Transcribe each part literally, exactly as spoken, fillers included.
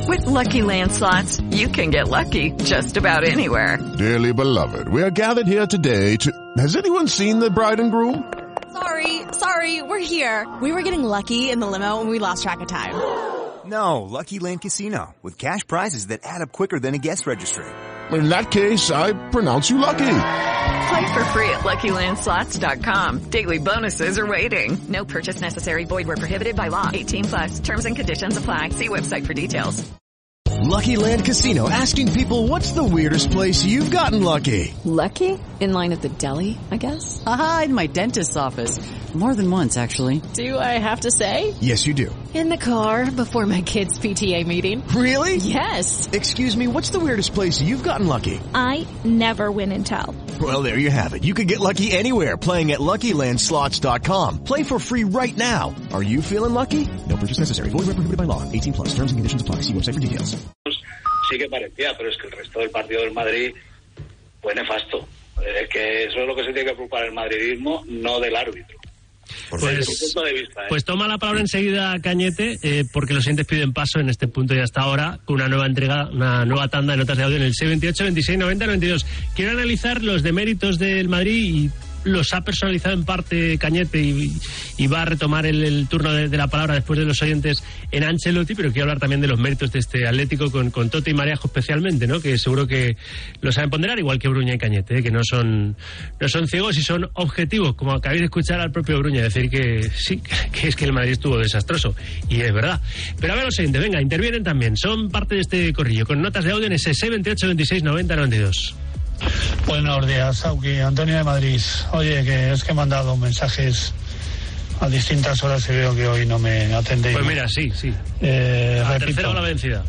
With Lucky Land Slots, you can get lucky just about anywhere. Dearly beloved, we are gathered here today to... Has anyone seen the bride and groom? Sorry, sorry, we're here. We were getting lucky in the limo and we lost track of time. No, Lucky Land Casino, with cash prizes that add up quicker than a guest registry. In that case, I pronounce you lucky. Play for free at Lucky Land Slots dot com. Daily bonuses are waiting. No purchase necessary. Void where prohibited by law. eighteen plus. Terms and conditions apply. See website for details. Lucky Land Casino, asking people, what's the weirdest place you've gotten lucky? Lucky? In line at the deli, I guess? Aha, in my dentist's office. More than once, actually. Do I have to say? Yes, you do. In the car before my kids' P T A meeting. Really? Yes. Excuse me, what's the weirdest place you've gotten lucky? I never win and tell. Well, there you have it. You can get lucky anywhere, playing at Lucky Land Slots dot com. Play for free right now. Are you feeling lucky? No purchase necessary. Void where prohibited by law. eighteen plus. Terms and conditions apply. See website for details. Sí que parecía, pero es que el resto del partido del Madrid fue nefasto. Es que eso es lo que se tiene que preocupar el madridismo, no del árbitro. Pues, Desde mi punto de vista, ¿eh? pues toma la palabra enseguida Cañete, eh, porque los siguientes piden paso en este punto y hasta ahora, con una nueva entrega, una nueva tanda de notas de audio en el seis veintiocho, veintiséis, noventa, noventa y dos. Quiero analizar los deméritos del Madrid y los ha personalizado en parte Cañete y, y va a retomar el, el turno de, de la palabra después de los oyentes en Ancelotti, pero quiero hablar también de los méritos de este Atlético con, con Tote y Mareajo especialmente, ¿no? Que seguro que lo saben ponderar, igual que Bruña y Cañete, ¿eh? Que no son no son ciegos y son objetivos, como acabáis de escuchar al propio Bruña decir que sí, que es que el Madrid estuvo desastroso, y es verdad. Pero a ver los oyentes, venga, intervienen también, son parte de este corrillo, con notas de audio en ese seis veintiocho, veintiséis, noventa, noventa y dos. Buenos días, Sauki, Antonio de Madrid. Oye, que es que me han dado mensajes a distintas horas y veo que hoy no me atendéis. Pues mira, sí, sí. Eh, la repito, tercera o la vencida.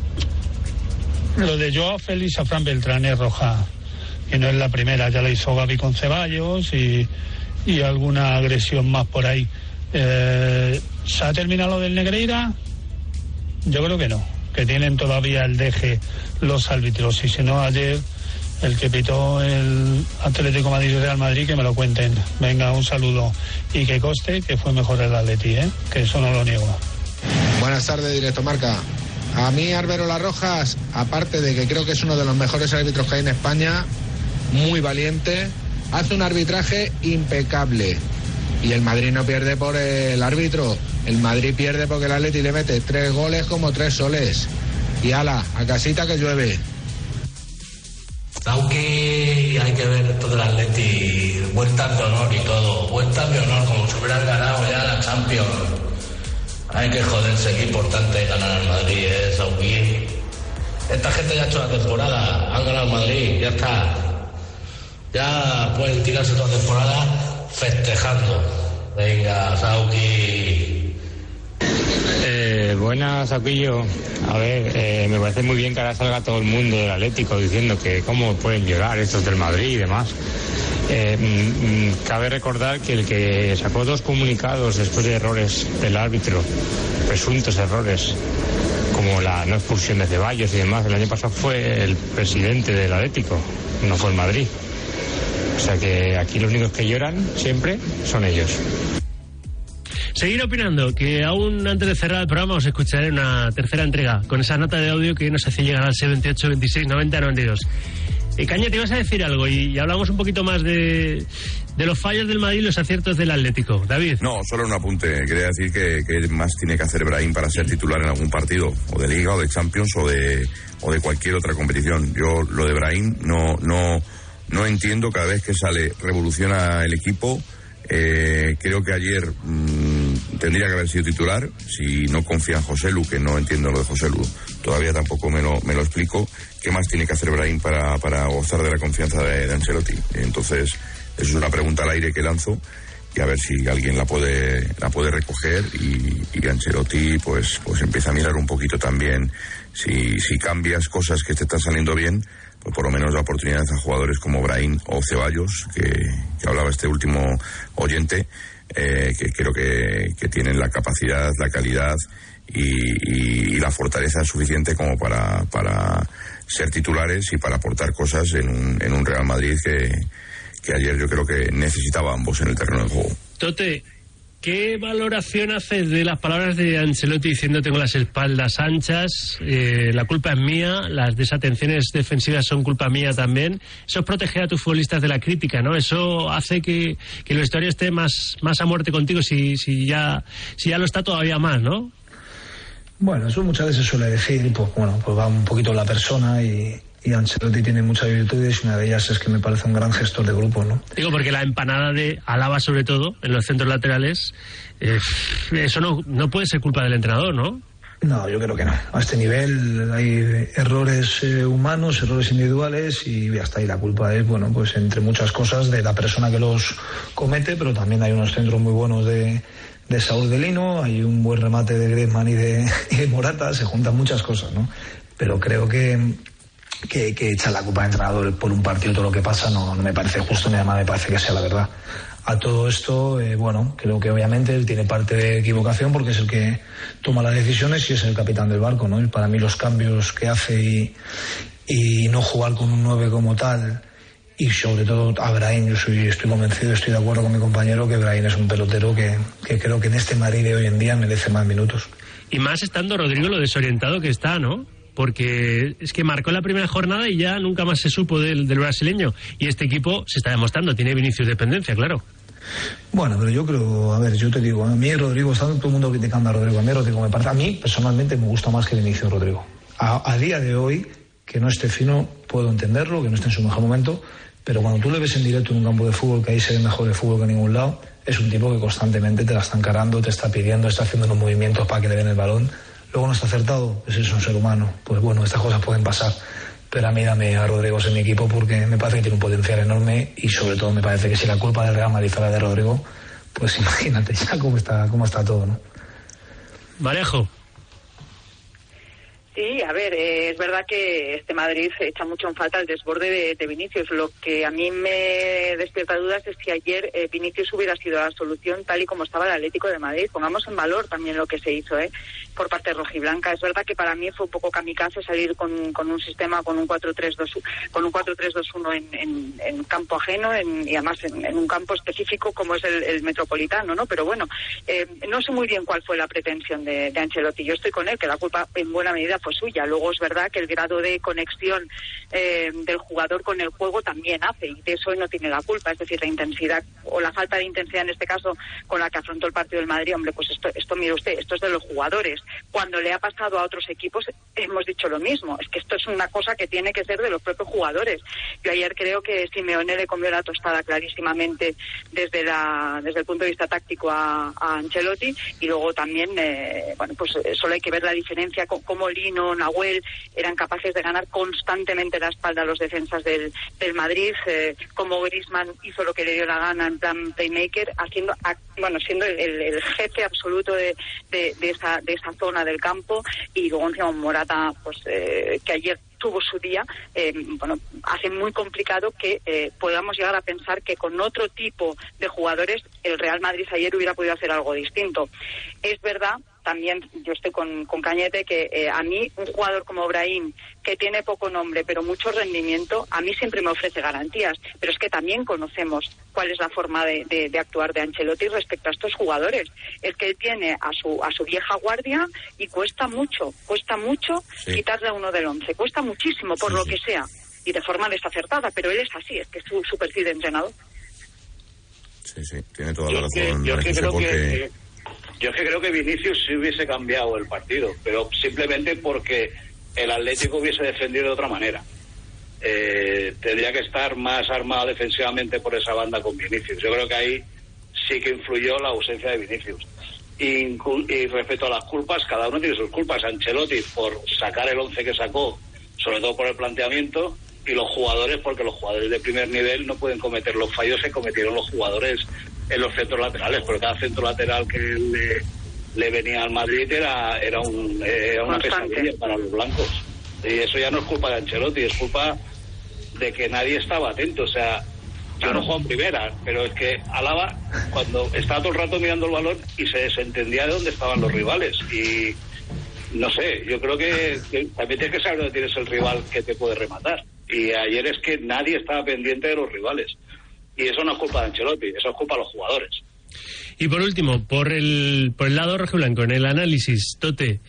Lo de Joao Félix a Fran Beltrán es roja, y no es la primera, ya la hizo Gavi con Ceballos y, y alguna agresión más por ahí. Eh, ¿Se ha terminado lo del Negreira? Yo creo que no, que tienen todavía el deje los árbitros, y si no, ayer el que pitó el Atlético Madrid y Real Madrid, que me lo cuenten. Venga, un saludo. Y que conste que fue mejor el Atleti, ¿eh? Que eso no lo niego. Buenas tardes, Directo Marca. A mí, Álvaro Larrojas, aparte de que creo que es uno de los mejores árbitros que hay en España, muy valiente, hace un arbitraje impecable. Y el Madrid no pierde por el árbitro. El Madrid pierde porque el Atleti le mete tres goles como tres soles. Y ala, a casita que llueve. Aunque hay que ver todo el Atleti, vueltas de honor y todo, vueltas de honor, como si hubieran ganado ya la Champions. Hay que joderse, qué importante ganar al Madrid, ¿eh, Sauki? Esta gente ya ha hecho la temporada, han ganado al Madrid, ya está. Ya pueden tirarse toda la temporada festejando. Venga, Sauki. Eh, buenas, Sauquillo. A ver, eh, me parece muy bien que ahora salga todo el mundo del Atlético diciendo que cómo pueden llorar estos del Madrid y demás. Eh, mm, cabe recordar que el que sacó dos comunicados después de errores del árbitro, presuntos errores, como la no expulsión de Ceballos y demás, el año pasado fue el presidente del Atlético, no fue el Madrid. O sea que aquí los únicos que lloran siempre son ellos. Seguir opinando, que aún antes de cerrar el programa os escucharé una tercera entrega con esa nota de audio que nos hace llegar al seis veintiocho, veintiséis, noventa, noventa y dos. Eh, Cañete, ibas a decir algo y, y hablamos un poquito más de, de los fallos del Madrid y los aciertos del Atlético. David. No, solo un apunte. Quería decir que, que más tiene que hacer Brahim para ser titular en algún partido, o de Liga, o de Champions, o de, o de cualquier otra competición. Yo lo de Brahim no, no, no entiendo. Cada vez que sale revoluciona el equipo. Eh, creo que ayer mmm, tendría que haber sido titular. Si no confía en Joselu, que no entiendo lo de Joselu, todavía tampoco me lo, me lo explico. ¿Qué más tiene que hacer Brahim para, para gozar de la confianza de, de Ancelotti? Entonces, eso es una pregunta al aire que lanzo, y a ver si alguien la puede la puede recoger, y, y Ancelotti pues pues empieza a mirar un poquito también si, si cambias cosas que te están saliendo bien, pues por lo menos da oportunidades a jugadores como Brahim o Ceballos, que, que hablaba este último oyente, eh, que creo que, que tienen la capacidad, la calidad y, y, y la fortaleza suficiente como para, para ser titulares y para aportar cosas en un, en un Real Madrid que, que ayer yo creo que necesitaba ambos en el terreno de juego. Tote, ¿Qué valoración haces de las palabras de Ancelotti diciendo tengo las espaldas anchas, eh, la culpa es mía, las desatenciones defensivas son culpa mía también? Eso protege a tus futbolistas de la crítica, ¿no? Eso hace que, que el vestuario esté más, más a muerte contigo, si, si, ya, si ya lo está todavía más, ¿no? Bueno, eso muchas veces se suele decir, pues bueno, pues va un poquito la persona y... Y Ancelotti tiene muchas virtudes y una de ellas es que me parece un gran gestor de grupo, ¿no? Digo, porque la empanada de Alaba, sobre todo, en los centros laterales, eh, eso no, no puede ser culpa del entrenador, ¿no? No, yo creo que no. A este nivel hay errores eh, humanos, errores individuales y hasta ahí la culpa es, bueno, pues entre muchas cosas de la persona que los comete, pero también hay unos centros muy buenos de, de Saúl de Lino, hay un buen remate de Griezmann y de, y de Morata, se juntan muchas cosas, ¿no? Pero creo que... Que, que echar la culpa al entrenador por un partido todo lo que pasa no, no me parece justo ni además me parece que sea la verdad. A todo esto, eh, bueno, creo que obviamente él tiene parte de equivocación porque es el que toma las decisiones y es el capitán del barco, ¿no? Y para mí los cambios que hace y, y no jugar con un nueve como tal y sobre todo a Brahim, yo soy, estoy convencido, estoy de acuerdo con mi compañero que Brahim es un pelotero que, que creo que en este Madrid de hoy en día merece más minutos. Y más estando Rodrigo lo desorientado que está, ¿no? Porque es que marcó la primera jornada y ya nunca más se supo del, del brasileño. Y este equipo se está demostrando, tiene Vinicius dependencia, claro. Bueno, pero yo creo, a ver, yo te digo, a mí Rodrigo, está todo el mundo criticando a Rodrigo, a mí Rodrigo me parece, a mí personalmente me gusta más que Vinicius Rodrigo. A, a día de hoy, que no esté fino, puedo entenderlo, que no esté en su mejor momento, pero cuando tú le ves en directo en un campo de fútbol, que ahí se ve mejor de fútbol que en ningún lado, es un tipo que constantemente te la está encarando, te está pidiendo, está haciendo unos movimientos para que le den el balón. Luego no está acertado, pues es un ser humano. Pues bueno, estas cosas pueden pasar. Pero a mí dame a Rodrigo en mi equipo porque me parece que tiene un potencial enorme y sobre todo me parece que si la culpa del Real Madrid fuera de Rodrigo, pues imagínate ya cómo está, cómo está todo, ¿no? Marejo. Sí, a ver, eh, es verdad que este Madrid echa mucho en falta el desborde de, de Vinicius. Lo que a mí me despierta dudas es si ayer eh, Vinicius hubiera sido la solución tal y como estaba el Atlético de Madrid. Pongamos en valor también lo que se hizo eh, por parte rojiblanca. Es verdad que para mí fue un poco kamikaze salir con, con un sistema, con un cuatro tres dos con un cuatro tres dos uno en, en, en campo ajeno en, y además en, en un campo específico como es el, el Metropolitano, ¿no? Pero bueno, eh, no sé muy bien cuál fue la pretensión de, de Ancelotti. Yo estoy con él, que la culpa en buena medida fue suya. Luego es verdad que el grado de conexión eh, del jugador con el juego también hace, y de eso no tiene la culpa, es decir, la intensidad o la falta de intensidad en este caso con la que afrontó el partido del Madrid. Hombre, pues esto, esto mire usted, esto es de los jugadores. Cuando le ha pasado a otros equipos hemos dicho lo mismo, es que esto es una cosa que tiene que ser de los propios jugadores. Yo ayer creo que Simeone le comió la tostada clarísimamente desde la desde el punto de vista táctico a, a Ancelotti, y luego también eh, bueno, pues solo hay que ver la diferencia con cómo Lino, Nahuel eran capaces de ganar constantemente la espalda a los defensas del, del Madrid, eh, como Griezmann hizo lo que le dio la gana en plan playmaker, haciendo, bueno, siendo el, el, el jefe absoluto de, de, de esa de esa zona del campo, y luego encima Morata, pues eh, que ayer tuvo su día, eh, bueno, hace muy complicado que eh, podamos llegar a pensar que con otro tipo de jugadores el Real Madrid ayer hubiera podido hacer algo distinto. Es verdad, también yo estoy con, con Cañete, que eh, a mí un jugador como Brahim, que tiene poco nombre pero mucho rendimiento, a mí siempre me ofrece garantías, pero es que también conocemos cuál es la forma de, de, de actuar de Ancelotti respecto a estos jugadores. Es que él tiene a su a su vieja guardia y cuesta mucho, cuesta mucho sí. quitarle a uno del once, cuesta muchísimo por sí, lo sí. que sea, y de forma desacertada, pero él es así, es que es su, su perfil de entrenador. Sí, sí, tiene toda la yo razón. Que, yo que creo porque... que... Yo es que creo que Vinicius sí hubiese cambiado el partido, pero simplemente porque el Atlético hubiese defendido de otra manera. Eh, tendría que estar más armado defensivamente por esa banda con Vinicius. Yo creo que ahí sí que influyó la ausencia de Vinicius. Y, y respecto a las culpas, cada uno tiene sus culpas. Ancelotti por sacar el once que sacó, sobre todo por el planteamiento, y los jugadores porque los jugadores de primer nivel no pueden cometer los fallos que cometieron los jugadores en los centros laterales, porque cada centro lateral que le, le venía al Madrid era era, un, era una Bastante. pesadilla para los blancos. Y eso ya no es culpa de Ancelotti, es culpa de que nadie estaba atento. O sea, yo no juego en primera, pero es que Alaba, cuando estaba todo el rato mirando el balón y se desentendía de dónde estaban los rivales. Y no sé, yo creo que, que también tienes que saber dónde tienes el rival que te puede rematar. Y ayer es que nadie estaba pendiente de los rivales. Y eso no es culpa de Ancelotti, eso es culpa de los jugadores. Y por último, por el, por el lado rojiblanco, en el análisis, Tote,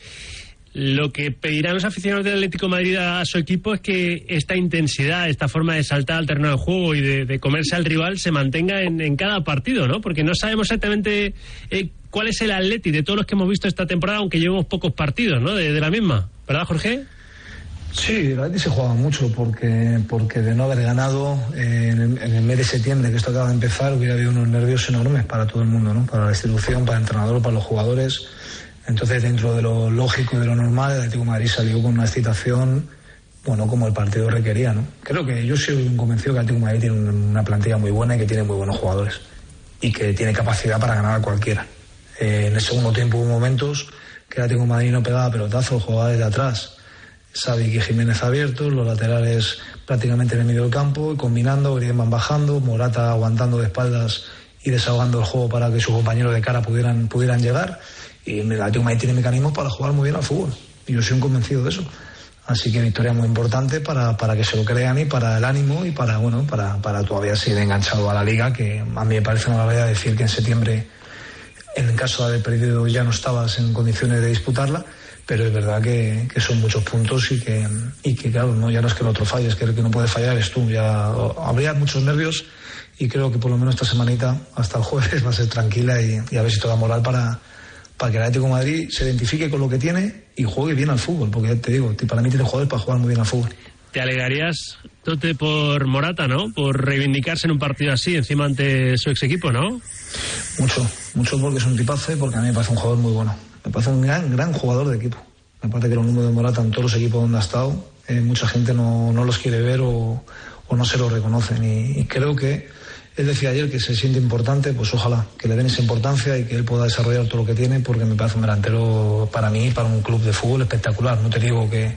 lo que pedirán los aficionados del Atlético de Madrid a su equipo es que esta intensidad, esta forma de saltar al terreno de juego y de, de comerse al rival se mantenga en, en cada partido, ¿no? Porque no sabemos exactamente eh, cuál es el Atleti de todos los que hemos visto esta temporada, aunque llevemos pocos partidos, ¿no? De, de la misma, ¿verdad, Jorge? Sí, el Atleti se juega mucho porque porque de no haber ganado eh, en, el, en el mes de septiembre, que esto acaba de empezar, hubiera habido unos nervios enormes para todo el mundo, ¿no? Para la institución, para el entrenador, para los jugadores. Entonces, dentro de lo lógico y de lo normal, el Atlético de Madrid salió con una excitación, bueno, como el partido requería, ¿no? Creo que yo soy un convencido que el Atlético de Madrid tiene una plantilla muy buena y que tiene muy buenos jugadores y que tiene capacidad para ganar a cualquiera. Eh, en el segundo tiempo hubo momentos que el Atlético de Madrid no pegaba pelotazos, jugaba desde atrás. Savic y Jiménez abiertos, los laterales prácticamente en el medio del campo, y combinando, Griezmann bajando, Morata aguantando de espaldas y desahogando el juego para que sus compañeros de cara pudieran, pudieran llegar. Y el Atlético de Madrid tiene mecanismos para jugar muy bien al fútbol. Y yo soy un convencido de eso. Así que victoria muy importante para, para que se lo crean y para el ánimo y para, bueno, para, para todavía seguir enganchado a la Liga, que a mí me parece una barbaridad decir que en septiembre, en el caso de haber perdido, ya no estabas en condiciones de disputarla. Pero es verdad que, que son muchos puntos y que, y que claro, no, ya no es que el otro falle, es que el que no puede fallar es tú. Ya habría muchos nervios y creo que por lo menos esta semanita, hasta el jueves, va a ser tranquila y, y a ver si toda moral para, para que el Atlético de Madrid se identifique con lo que tiene y juegue bien al fútbol, porque ya te digo, para mí tiene jugadores para jugar muy bien al fútbol. Te alegarías, Tote, por Morata, ¿no? Por reivindicarse en un partido así, encima ante su ex equipo, ¿no? Mucho, mucho porque es un tipazo y porque a mí me parece un jugador muy bueno. Me parece un gran, gran jugador de equipo. Me parece que los números de Morata en todos los equipos donde ha estado, eh, mucha gente no, no los quiere ver o, o no se los reconocen. Y, y creo que él decía ayer que se siente importante, pues ojalá que le den esa importancia y que él pueda desarrollar todo lo que tiene, porque me parece un delantero para mí, para un club de fútbol espectacular. No te digo que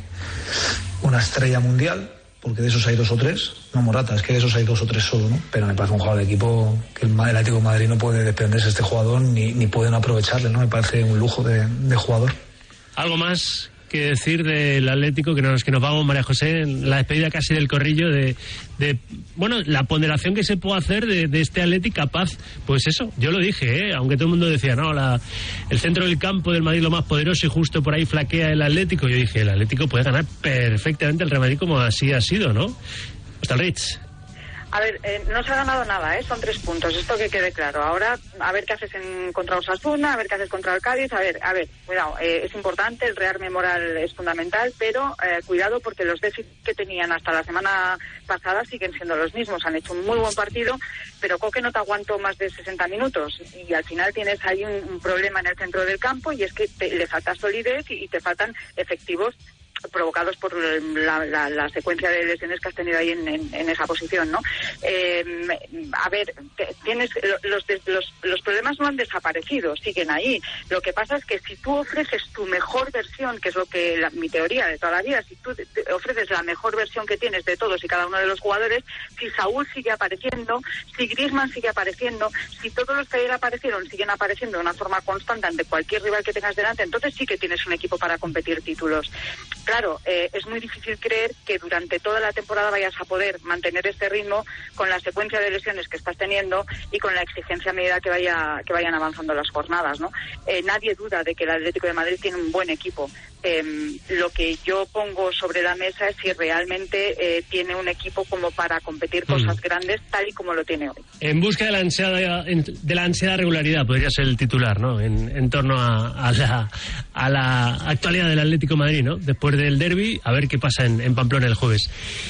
una estrella mundial, porque de esos hay dos o tres, no Morata, es que de esos hay dos o tres solo, ¿no? Pero me parece un jugador de equipo que el Atlético de Madrid no puede desprenderse de este jugador ni, ni pueden aprovecharle, ¿no? Me parece un lujo de, de jugador. ¿Algo más que decir del Atlético, que nos, que nos vamos, María José, en la despedida casi del corrillo, de, de bueno, la ponderación que se puede hacer de, de este Atlético capaz, pues eso, yo lo dije, ¿eh? Aunque todo el mundo decía, no, la, el centro del campo del Madrid lo más poderoso y justo por ahí flaquea el Atlético, yo dije, el Atlético puede ganar perfectamente el Real Madrid como así ha sido, ¿no? Hasta el Rich. A ver, eh, no se ha ganado nada, ¿eh? Son tres puntos, esto que quede claro. Ahora, a ver qué haces en, contra Osasuna, a ver qué haces contra el Cádiz, a ver, a ver, cuidado, eh, es importante, el rearme moral es fundamental, pero eh, cuidado porque los déficits que tenían hasta la semana pasada siguen siendo los mismos. Han hecho un muy buen partido, pero Coque no te aguantó más de sesenta minutos y al final tienes ahí un, un problema en el centro del campo y es que te, le falta solidez y, y te faltan efectivos provocados por la, la, la secuencia de lesiones que has tenido ahí en, en, en esa posición, ¿no? Eh, a ver, te, tienes los, los los problemas no han desaparecido, siguen ahí. Lo que pasa es que si tú ofreces tu mejor versión, que es lo que la, mi teoría de toda la vida, si tú te, te ofreces la mejor versión que tienes de todos y cada uno de los jugadores, si Saúl sigue apareciendo, si Griezmann sigue apareciendo, si todos los que ayer aparecieron siguen apareciendo de una forma constante ante cualquier rival que tengas delante, entonces sí que tienes un equipo para competir títulos. Claro, eh, es muy difícil creer que durante toda la temporada vayas a poder mantener este ritmo con la secuencia de lesiones que estás teniendo y con la exigencia a medida que vaya que vayan avanzando las jornadas, ¿no? Eh, nadie duda de que el Atlético de Madrid tiene un buen equipo. Eh, lo que yo pongo sobre la mesa es si realmente eh, tiene un equipo como para competir cosas mm. grandes tal y como lo tiene hoy. En busca de la ansiada, de la ansiada regularidad podría ser el titular, ¿no? En, en torno a, a, la, a la actualidad del Atlético de Madrid, ¿no? Después del derbi, a ver qué pasa en, en Pamplona el jueves.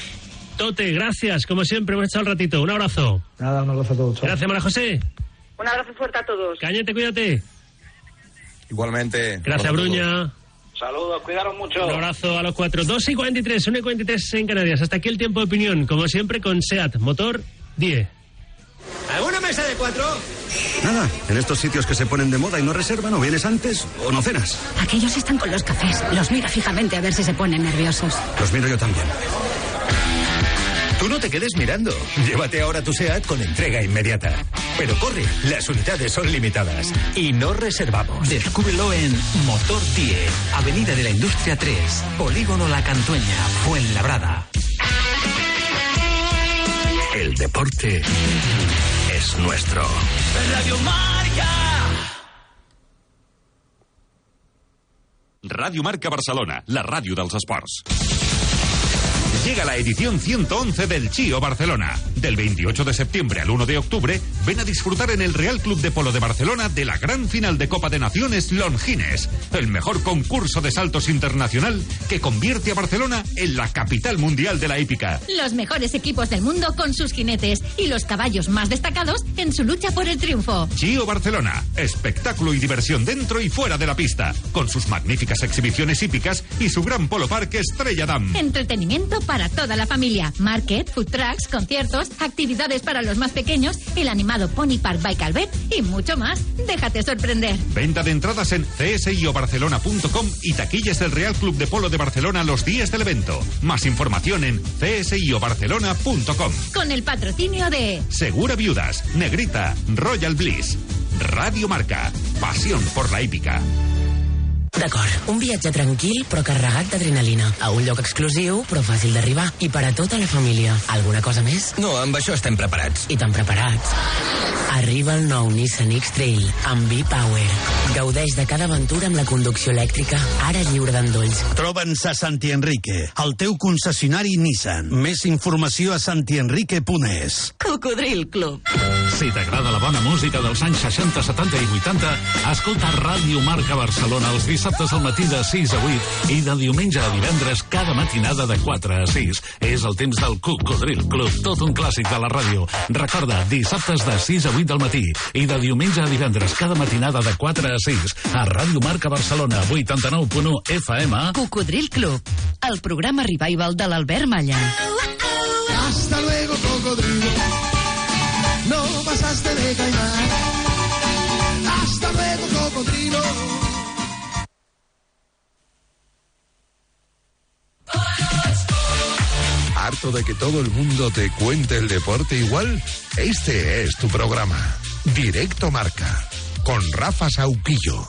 Tote, gracias, como siempre, hemos echado el ratito. Un abrazo. Nada, un abrazo a todos. Chao. Gracias, María José. Un abrazo fuerte a todos. Cañete, cuídate. Igualmente. Gracias, Bruña. Saludos, cuidaros mucho. Un abrazo a los cuatro. dos y cuarenta y tres, una y cuarenta y tres en Canarias. Hasta aquí el tiempo de opinión, como siempre, con SEAT Motor diez. ¿Alguna mesa de cuatro? Nada, en estos sitios que se ponen de moda y no reservan, o vienes antes o no cenas. Aquellos están con los cafés. Los mira fijamente a ver si se ponen nerviosos. Los miro yo también. Tú no te quedes mirando. Llévate ahora tu SEAT con entrega inmediata. Pero corre, las unidades son limitadas. Y no reservamos. Descúbrelo en Motor diez, Avenida de la Industria tres, Polígono La Cantueña, Fuenlabrada. El deporte es nuestro. Radio Marca. Radio Marca Barcelona, la radio dels esports. Llega la edición ciento once del Chio Barcelona. Del veintiocho de septiembre al uno de octubre, ven a disfrutar en el Real Club de Polo de Barcelona de la gran final de Copa de Naciones Longines, el mejor concurso de saltos internacional que convierte a Barcelona en la capital mundial de la hípica. Los mejores equipos del mundo con sus jinetes y los caballos más destacados en su lucha por el triunfo. Chio Barcelona, espectáculo y diversión dentro y fuera de la pista, con sus magníficas exhibiciones hípicas y su gran polo parque Estrella Damm. Entretenimiento para Para toda la familia. Market, food trucks, conciertos, actividades para los más pequeños, el animado Pony Park by Calvet y mucho más. Déjate sorprender. Venta de entradas en c s i o barcelona punto com y taquillas del Real Club de Polo de Barcelona los días del evento. Más información en c s i o barcelona punto com. Con el patrocinio de Segura Viudas, Negrita, Royal Bliss, Radio Marca, pasión por la hípica. D'acord, un viatge tranquil però carregat d'adrenalina. A un lloc exclusiu però fàcil d'arribar. I per a tota la família. Alguna cosa més? No, amb això estem preparats. I tan preparats. Arriba el nou Nissan X-Trail amb V-Power. Gaudeix de cada aventura amb la conducció elèctrica, ara lliure d'endolls. Troba'ns a Santi Enrique, el teu concessionari Nissan. Més informació a santi enrique punt es. Cocodril Club. Si t'agrada la bona música dels anys seixanta, setanta i vuitanta, escolta Ràdio Marca Barcelona els dissabtes al matí de sis a vuit i de diumenge a divendres cada matinada de quatre a sis. És el temps del Cocodril Club, tot un clàssic de la ràdio. Recorda, dissabtes de sis a vuit del matí i de diumenge a divendres cada matinada de quatre a sis a Ràdio Marca Barcelona vuitanta-nou punt u F M. Cocodril Club, el programa revival de l'Albert Malla. Hasta luego, cocodrilo. No pasaste de caimán. Hasta luego, cocodrilo. ¿Harto de que todo el mundo te cuente el deporte igual? Este es tu programa. Directo Marca, con Rafa Sauquillo.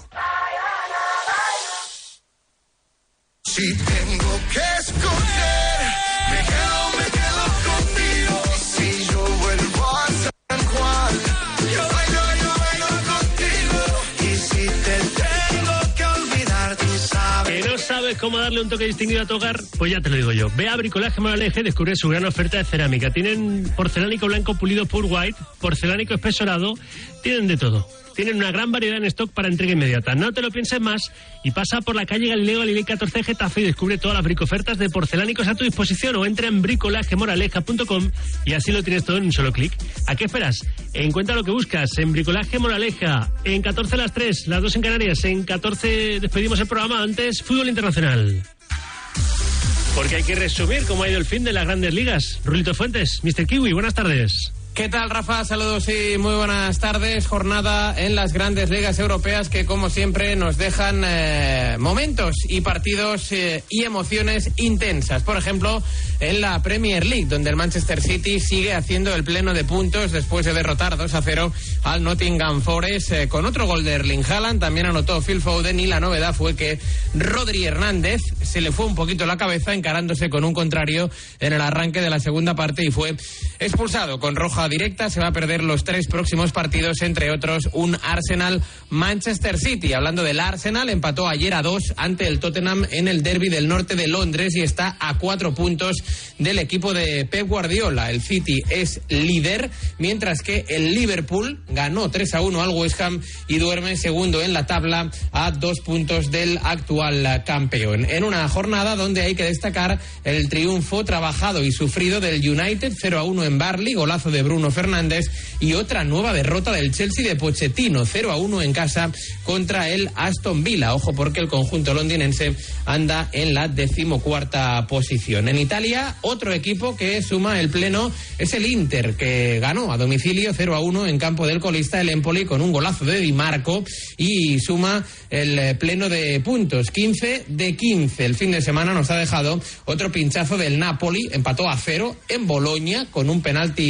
Si tengo que escoger, me quedo, me quedo contigo. Si yo vuelvo a San Juan, yo bailo, yo bailo contigo. Y si te tengo que olvidar, tú sabes. ¿Que no sabes cómo darle un toque distinguido a tu hogar? Pues ya te lo digo yo. Ve a Bricolaje Moraleja y descubre su gran oferta de cerámica. Tienen porcelánico blanco pulido Pure White, porcelánico espesorado, tienen de todo. Tienen una gran variedad en stock para entrega inmediata. No te lo pienses más y pasa por la calle Galileo Galilei catorce Getafe y descubre todas las bricofertas de porcelánicos a tu disposición o entra en bricolaje moraleja punto com y así lo tienes todo en un solo clic. ¿A qué esperas? Encuentra lo que buscas en Bricolaje Moraleja, en catorce las tres, las dos en Canarias, en catorce despedimos el programa, antes Fútbol Internacional. Porque hay que resumir cómo ha ido el fin de las Grandes Ligas. Rulito Fuentes, mister Kiwi, buenas tardes. ¿Qué tal, Rafa? Saludos y muy buenas tardes. Jornada en las Grandes Ligas Europeas que, como siempre, nos dejan eh, momentos y partidos eh, y emociones intensas. Por ejemplo, en la Premier League, donde el Manchester City sigue haciendo el pleno de puntos después de derrotar dos a cero al Nottingham Forest eh, con otro gol de Erling Haaland. También anotó Phil Foden y la novedad fue que Rodri Hernández se le fue un poquito la cabeza encarándose con un contrario en el arranque de la segunda parte y fue expulsado con roja directa. Se va a perder los tres próximos partidos, entre otros un Arsenal-Manchester City. Hablando del Arsenal, empató ayer a dos ante el Tottenham en el derbi del norte de Londres y está a cuatro puntos del equipo de Pep Guardiola. El City es líder, mientras que el Liverpool ganó tres a uno al West Ham y duerme segundo en la tabla a dos puntos del actual campeón. En una jornada donde hay que destacar el triunfo trabajado y sufrido del United, cero a uno en Barley, golazo de Bruno Fernández, y otra nueva derrota del Chelsea de Pochettino, cero a uno en casa contra el Aston Villa. Ojo, porque el conjunto londinense anda en la decimocuarta posición. En Italia, otro equipo que suma el pleno es el Inter, que ganó a domicilio cero a uno en campo del colista el Empoli con un golazo de Di Marco y suma el pleno de puntos, quince de quince. El fin de semana nos ha dejado otro pinchazo del Napoli, empató a cero en Bolonia con un penalti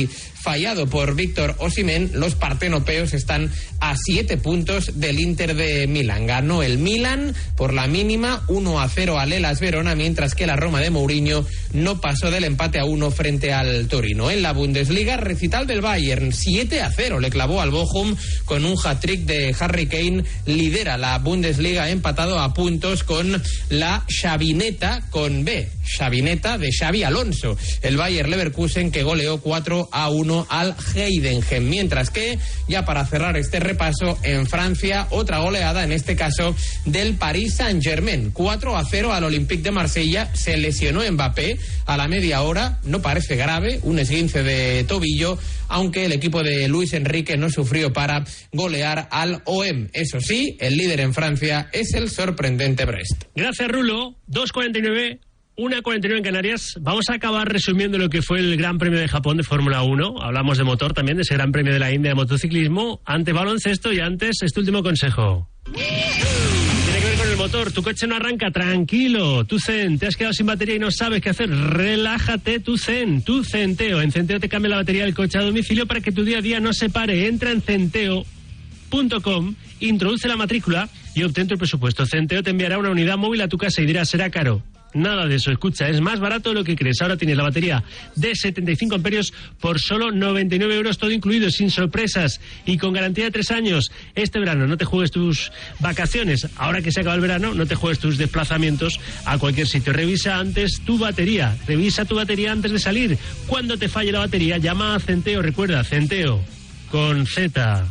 fallado por Víctor Osimhen, los partenopeos están a siete puntos del Inter de Milán. Ganó el Milan por la mínima uno a cero al Hellas Verona, mientras que la Roma de Mourinho no pasó del empate a uno frente al Torino. En la Bundesliga, recital del Bayern, siete a cero le clavó al Bochum con un hat-trick de Harry Kane. Lidera la Bundesliga empatado a puntos con la Xavineta con B, Xavineta de Xavi Alonso. El Bayer Leverkusen que goleó cuatro a uno al Heidenheim, mientras que, ya para cerrar este repaso, en Francia, otra goleada, en este caso del Paris Saint-Germain, cuatro a cero al Olympique de Marsella. Se lesionó Mbappé a la media hora, no parece grave, un esguince de tobillo, aunque el equipo de Luis Enrique no sufrió para golear al O M. Eso sí, el líder en Francia es el sorprendente Brest. Gracias, Rulo. dos cuarenta y nueve, una cuarenta y nueve en Canarias. Vamos a acabar resumiendo lo que fue el Gran Premio de Japón de Fórmula uno. Hablamos de motor también, de ese Gran Premio de la India de motociclismo. Ante baloncesto y antes este último consejo. Tiene que ver con el motor. Tu coche no arranca, tranquilo. Tu Zen, te has quedado sin batería y no sabes qué hacer. Relájate, tu Zen, tu Centeo. En Centeo te cambia la batería del coche a domicilio para que tu día a día no se pare. Entra en centeo punto com, introduce la matrícula y obtén tu presupuesto. Centeo te enviará una unidad móvil a tu casa y dirás, será caro. Nada de eso, escucha, es más barato de lo que crees. Ahora tienes la batería de setenta y cinco amperios por solo noventa y nueve euros, todo incluido, sin sorpresas y con garantía de tres años. Este verano no te juegues tus vacaciones. Ahora que se acaba el verano, no te juegues tus desplazamientos a cualquier sitio. Revisa antes tu batería, revisa tu batería antes de salir. Cuando te falle la batería, llama a Centeo. Recuerda, Centeo, con Z.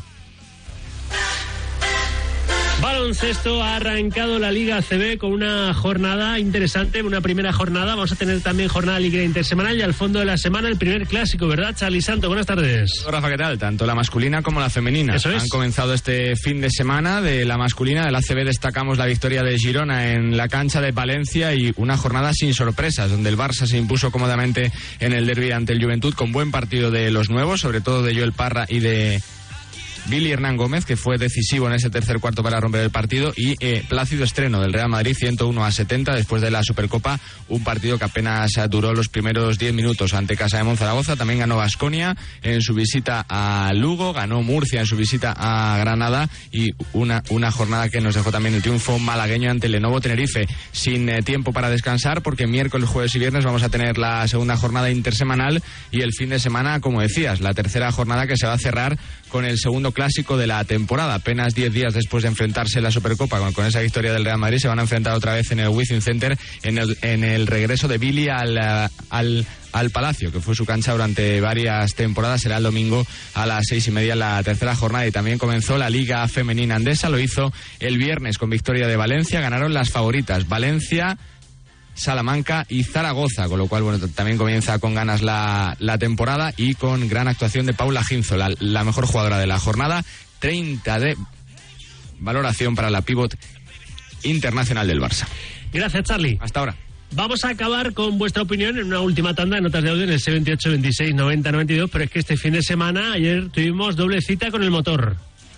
Baloncesto, ha arrancado la Liga A C B con una jornada interesante, una primera jornada. Vamos a tener también jornada liga intersemanal y al fondo de la semana el primer clásico, ¿verdad, Charly Santo? Buenas tardes. Rafa, ¿qué tal? Tanto la masculina como la femenina. Eso es. Han comenzado este fin de semana. De la masculina, del A C B, destacamos la victoria de Girona en la cancha de Valencia y una jornada sin sorpresas, donde el Barça se impuso cómodamente en el derbi ante el Juventud con buen partido de los nuevos, sobre todo de Joel Parra y de Billy Hernán Gómez, que fue decisivo en ese tercer cuarto para romper el partido, y eh, plácido estreno del Real Madrid, ciento uno a setenta, después de la Supercopa, un partido que apenas duró los primeros diez minutos ante Casa de Monzaragoza. También ganó Baskonia en su visita a Lugo, ganó Murcia en su visita a Granada, y una, una jornada que nos dejó también el triunfo malagueño ante el Lenovo Tenerife, sin eh, tiempo para descansar, porque miércoles, jueves y viernes vamos a tener la segunda jornada intersemanal y el fin de semana, como decías, la tercera jornada que se va a cerrar con el segundo clásico de la temporada. Apenas diez días después de enfrentarse en la Supercopa con, con esa victoria del Real Madrid, se van a enfrentar otra vez en el Wizzing Center en el, en el regreso de Billy al, al, al Palacio, que fue su cancha durante varias temporadas. Será el domingo a las seis y media en la tercera jornada. Y también comenzó la Liga Femenina Andesa, lo hizo el viernes con victoria de Valencia. Ganaron las favoritas Valencia, Salamanca y Zaragoza, con lo cual, bueno, también comienza con ganas la, la temporada y con gran actuación de Paula Ginzo, la, la mejor jugadora de la jornada. Treinta de valoración para la pívot internacional del Barça. Gracias, Charly. Hasta ahora. Vamos a acabar con vuestra opinión en una última tanda de notas de audio en el seis veintiocho, veintiséis, noventa, noventa y dos, pero es que este fin de semana, ayer tuvimos doble cita con el motor.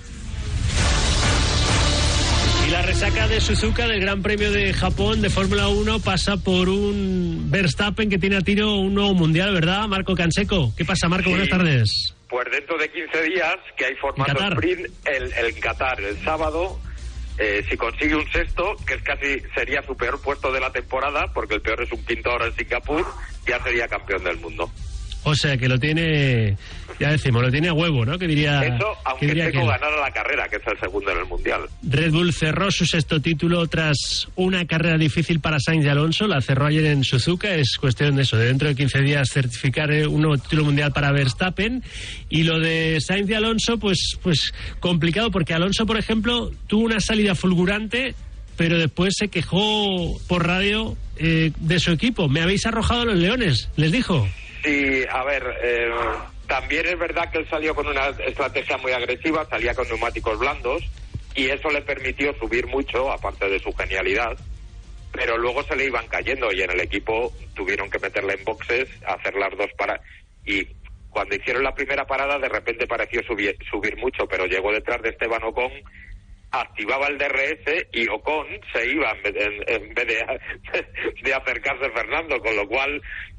Y la resaca de Suzuka del Gran Premio de Japón de Fórmula uno pasa por un Verstappen que tiene a tiro un nuevo mundial, ¿verdad, Marco Canseco? ¿Qué pasa, Marco? Sí. Buenas tardes. Pues dentro de quince días, que hay formato sprint, el, el Qatar, el sábado, eh, si consigue un sexto, que es casi sería su peor puesto de la temporada, porque el peor es un quinto ahora en Singapur, ya sería campeón del mundo. O sea, que lo tiene, ya decimos, lo tiene a huevo, ¿no? Que diría, Eso, aunque diría Checo ganara la carrera, que es el segundo en el Mundial. Red Bull cerró su sexto título tras una carrera difícil para Sainz y Alonso. La cerró ayer en Suzuka. Es cuestión de eso, de dentro de quince días certificar un nuevo título mundial para Verstappen. Y lo de Sainz y Alonso, pues, pues complicado, porque Alonso, por ejemplo, tuvo una salida fulgurante, pero después se quejó por radio eh, de su equipo. Me habéis arrojado a los leones, les dijo. Sí, a ver, eh, también es verdad que él salió con una estrategia muy agresiva, salía con neumáticos blandos y eso le permitió subir mucho, aparte de su genialidad, pero luego se le iban cayendo y en el equipo tuvieron que meterle en boxes, hacer las dos paradas y cuando hicieron la primera parada de repente pareció subir, subir mucho, pero llegó detrás de Esteban Ocon, activaba el D R S y Ocon se iba en vez de, en vez de, de acercarse a Fernando, con lo cual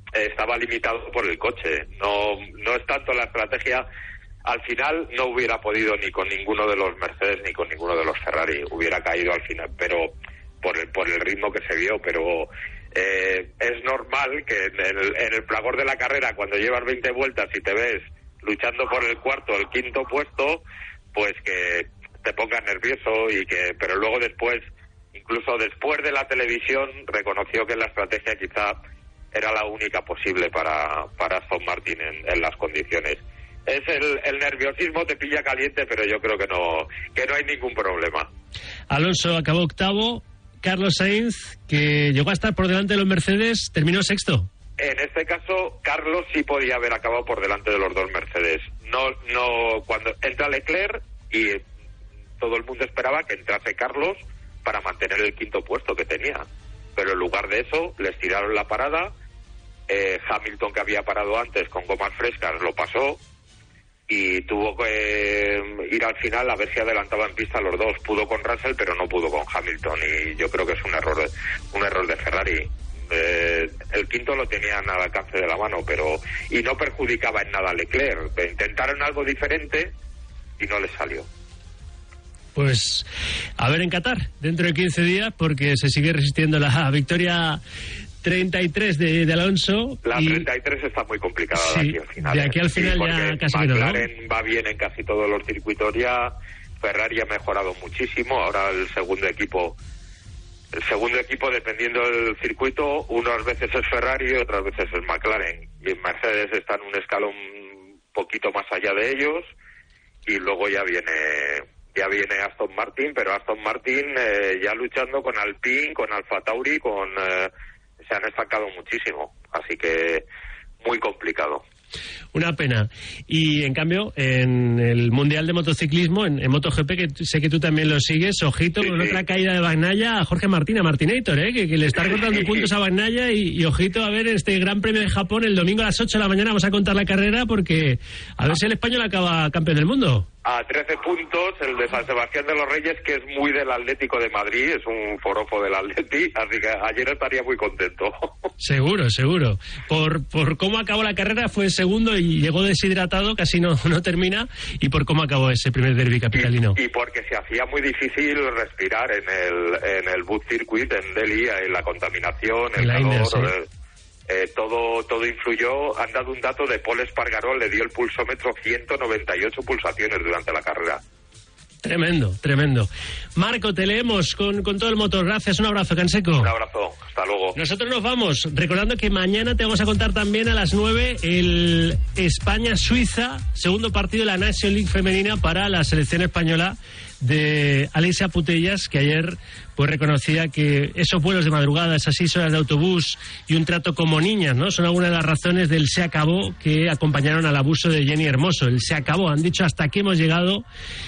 eh, estaba limitado por el coche. No, no es tanto la estrategia. Al final no hubiera podido ni con ninguno de los Mercedes ni con ninguno de los Ferrari. Hubiera caído al final, pero por el, por el ritmo que se vio. Pero eh, es normal que en el, en el fragor de la carrera, cuando llevas veinte vueltas y te ves luchando por el cuarto o el quinto puesto, pues que te pongas nervioso y que, pero luego después, incluso después de la televisión, reconoció que la estrategia quizá era la única posible para, para Aston Martin en, en las condiciones. Es el, el nerviosismo, te pilla caliente, pero yo creo que no, que no hay ningún problema. Alonso acabó octavo, Carlos Sainz, que llegó a estar por delante de los Mercedes, terminó sexto. En este caso, Carlos sí podía haber acabado por delante de los dos Mercedes. No, no, cuando entra Leclerc y todo el mundo esperaba que entrase Carlos para mantener el quinto puesto que tenía. Pero en lugar de eso, les tiraron la parada. Eh, Hamilton, que había parado antes con gomas frescas, lo pasó y tuvo que eh, ir al final a ver si adelantaba en pista a los dos. Pudo con Russell, pero no pudo con Hamilton, y yo creo que es un error, un error de Ferrari. Eh, el quinto lo tenían al alcance de la mano, pero y no perjudicaba en nada a Leclerc. Intentaron algo diferente y no les salió. Pues a ver en Qatar, dentro de quince días, porque se sigue resistiendo la victoria treinta y tres de, de Alonso. La y... treinta y tres está muy complicada sí, de aquí al final. De aquí al final sí, ya casi McLaren que no, ¿no? va bien en casi todos los circuitos ya. Ferrari ha mejorado muchísimo. Ahora el segundo equipo, el segundo equipo dependiendo del circuito, unas veces es Ferrari y otras veces es McLaren. Y en Mercedes están un escalón un poquito más allá de ellos. Y luego ya viene... Ya viene Aston Martin, pero Aston Martin eh, ya luchando con Alpine, con Alfa Tauri, con, eh, se han estancado muchísimo. Así que muy complicado. Una pena. Y en cambio, en el Mundial de Motociclismo, en, en MotoGP, que sé que tú también lo sigues, ojito sí, con sí. otra caída de Bagnaia a Jorge Martín, a Martinator, ¿eh? que, que le está recortando puntos a Bagnaia y, y ojito a ver este Gran Premio de Japón el domingo a las ocho de la mañana. Vamos a contar la carrera porque a ver si el español acaba campeón del mundo. A trece puntos, el de San Sebastián de los Reyes, que es muy del Atlético de Madrid, es un forofo del Atleti, así que ayer estaría muy contento. Seguro, seguro. Por, por cómo acabó la carrera, fue segundo y llegó deshidratado, casi no, no termina, y por cómo acabó ese primer derbi capitalino. Y, y porque se hacía muy difícil respirar en el, en el Booth Circuit, en Delhi, en la contaminación, el la calor... India, sí. el, Eh, todo todo influyó. Han dado un dato de Paul Espargaró, le dio el pulsómetro ciento noventa y ocho pulsaciones durante la carrera. Tremendo, tremendo. Marco, te leemos con, con todo el motor. Gracias, un abrazo, Canseco. Un abrazo, hasta luego. Nosotros nos vamos, recordando que mañana te vamos a contar también a las nueve el España-Suiza, segundo partido de la Nation League femenina para la selección española de Alexia Putellas, que ayer pues reconocía que esos vuelos de madrugada, esas seis horas de autobús y un trato como niñas, ¿no? Son algunas de las razones del se acabó que acompañaron al abuso de Jenny Hermoso. El se acabó, han dicho hasta aquí hemos llegado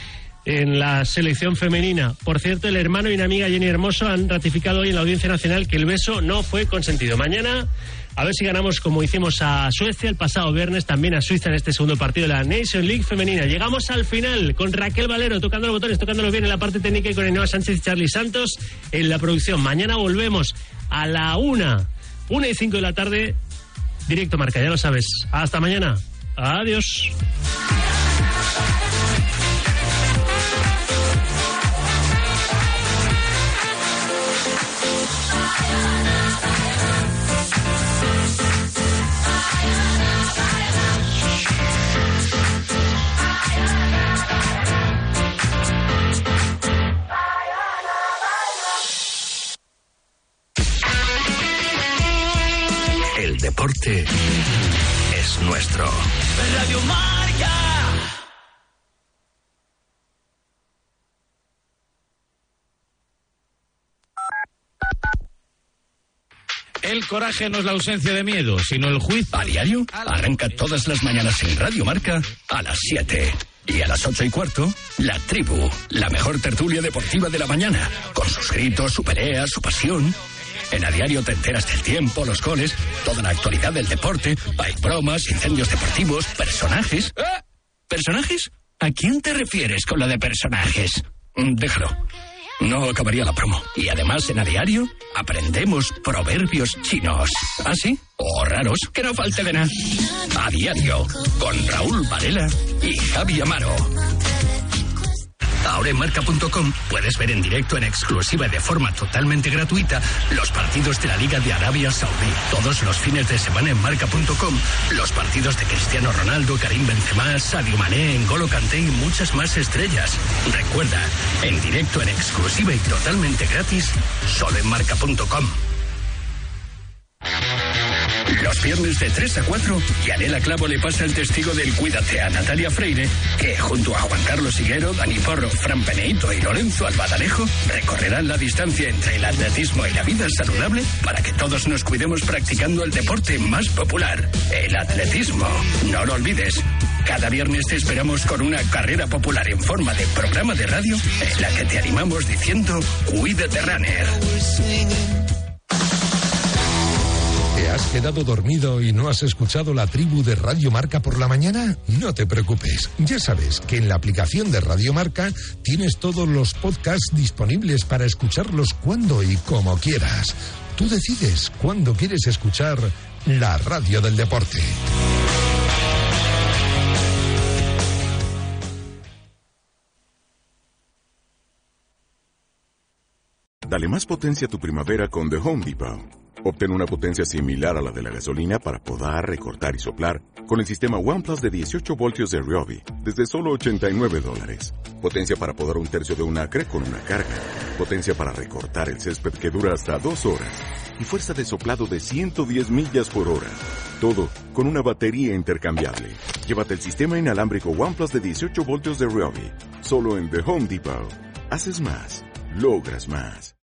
en la selección femenina. Por cierto, el hermano y una amiga Jenny Hermoso han ratificado hoy en la Audiencia Nacional que el beso no fue consentido. Mañana a ver si ganamos como hicimos a Suecia el pasado viernes, también a Suiza en este segundo partido de la Nation League femenina. Llegamos al final con Raquel Valero tocando los botones, tocándolos bien en la parte técnica y con Ainhoa Sánchez y Charlie Santos en la producción. Mañana volvemos a la una, una y cinco de la tarde, directo Marca, ya lo sabes. Hasta mañana. Adiós. El deporte es nuestro. Radio Marca. El coraje no es la ausencia de miedo, sino el juicio. A diario, arranca todas las mañanas en Radio Marca a las siete. Y a las ocho y cuarto, La Tribu, la mejor tertulia deportiva de la mañana, con sus gritos, su pelea, su pasión. En A Diario te enteras del tiempo, los goles, toda la actualidad del deporte, hay bromas, incendios deportivos, personajes. ¿Personajes? ¿A quién te refieres con lo de personajes? Déjalo. no acabaría la promo. Y además en A Diario aprendemos proverbios chinos. ¿Ah, sí? O raros, que no falte de nada. A Diario, con Raúl Varela y Javi Amaro. Ahora en marca punto com puedes ver en directo, en exclusiva y de forma totalmente gratuita los partidos de la Liga de Arabia Saudí. Todos los fines de semana en marca punto com los partidos de Cristiano Ronaldo, Karim Benzema, Sadio Mané, N'Golo Kanté y muchas más estrellas. Recuerda, en directo, en exclusiva y totalmente gratis, solo en marca punto com. Los viernes de tres a cuatro, Yanela Clavo le pasa el testigo del Cuídate a Natalia Freire, que junto a Juan Carlos Higuero, Dani Porro, Fran Peneito y Lorenzo Albadalejo recorrerán la distancia entre el atletismo y la vida saludable para que todos nos cuidemos practicando el deporte más popular, el atletismo. No lo olvides. Cada viernes te esperamos con una carrera popular en forma de programa de radio en la que te animamos diciendo Cuídate Runner. ¿Te has quedado dormido y no has escuchado la tribu de Radio Marca por la mañana? No te preocupes, ya sabes que en la aplicación de Radio Marca tienes todos los podcasts disponibles para escucharlos cuando y como quieras. Tú decides cuándo quieres escuchar la radio del deporte. Dale más potencia a tu primavera con The Home Depot. Obtén una potencia similar a la de la gasolina para podar, recortar y soplar con el sistema OnePlus de dieciocho voltios de Ryobi desde solo ochenta y nueve dólares. Potencia para podar un tercio de un acre con una carga. Potencia para recortar el césped que dura hasta dos horas. Y fuerza de soplado de ciento diez millas por hora. Todo con una batería intercambiable. Llévate el sistema inalámbrico OnePlus de dieciocho voltios de Ryobi. Solo en The Home Depot. Haces más. Logras más.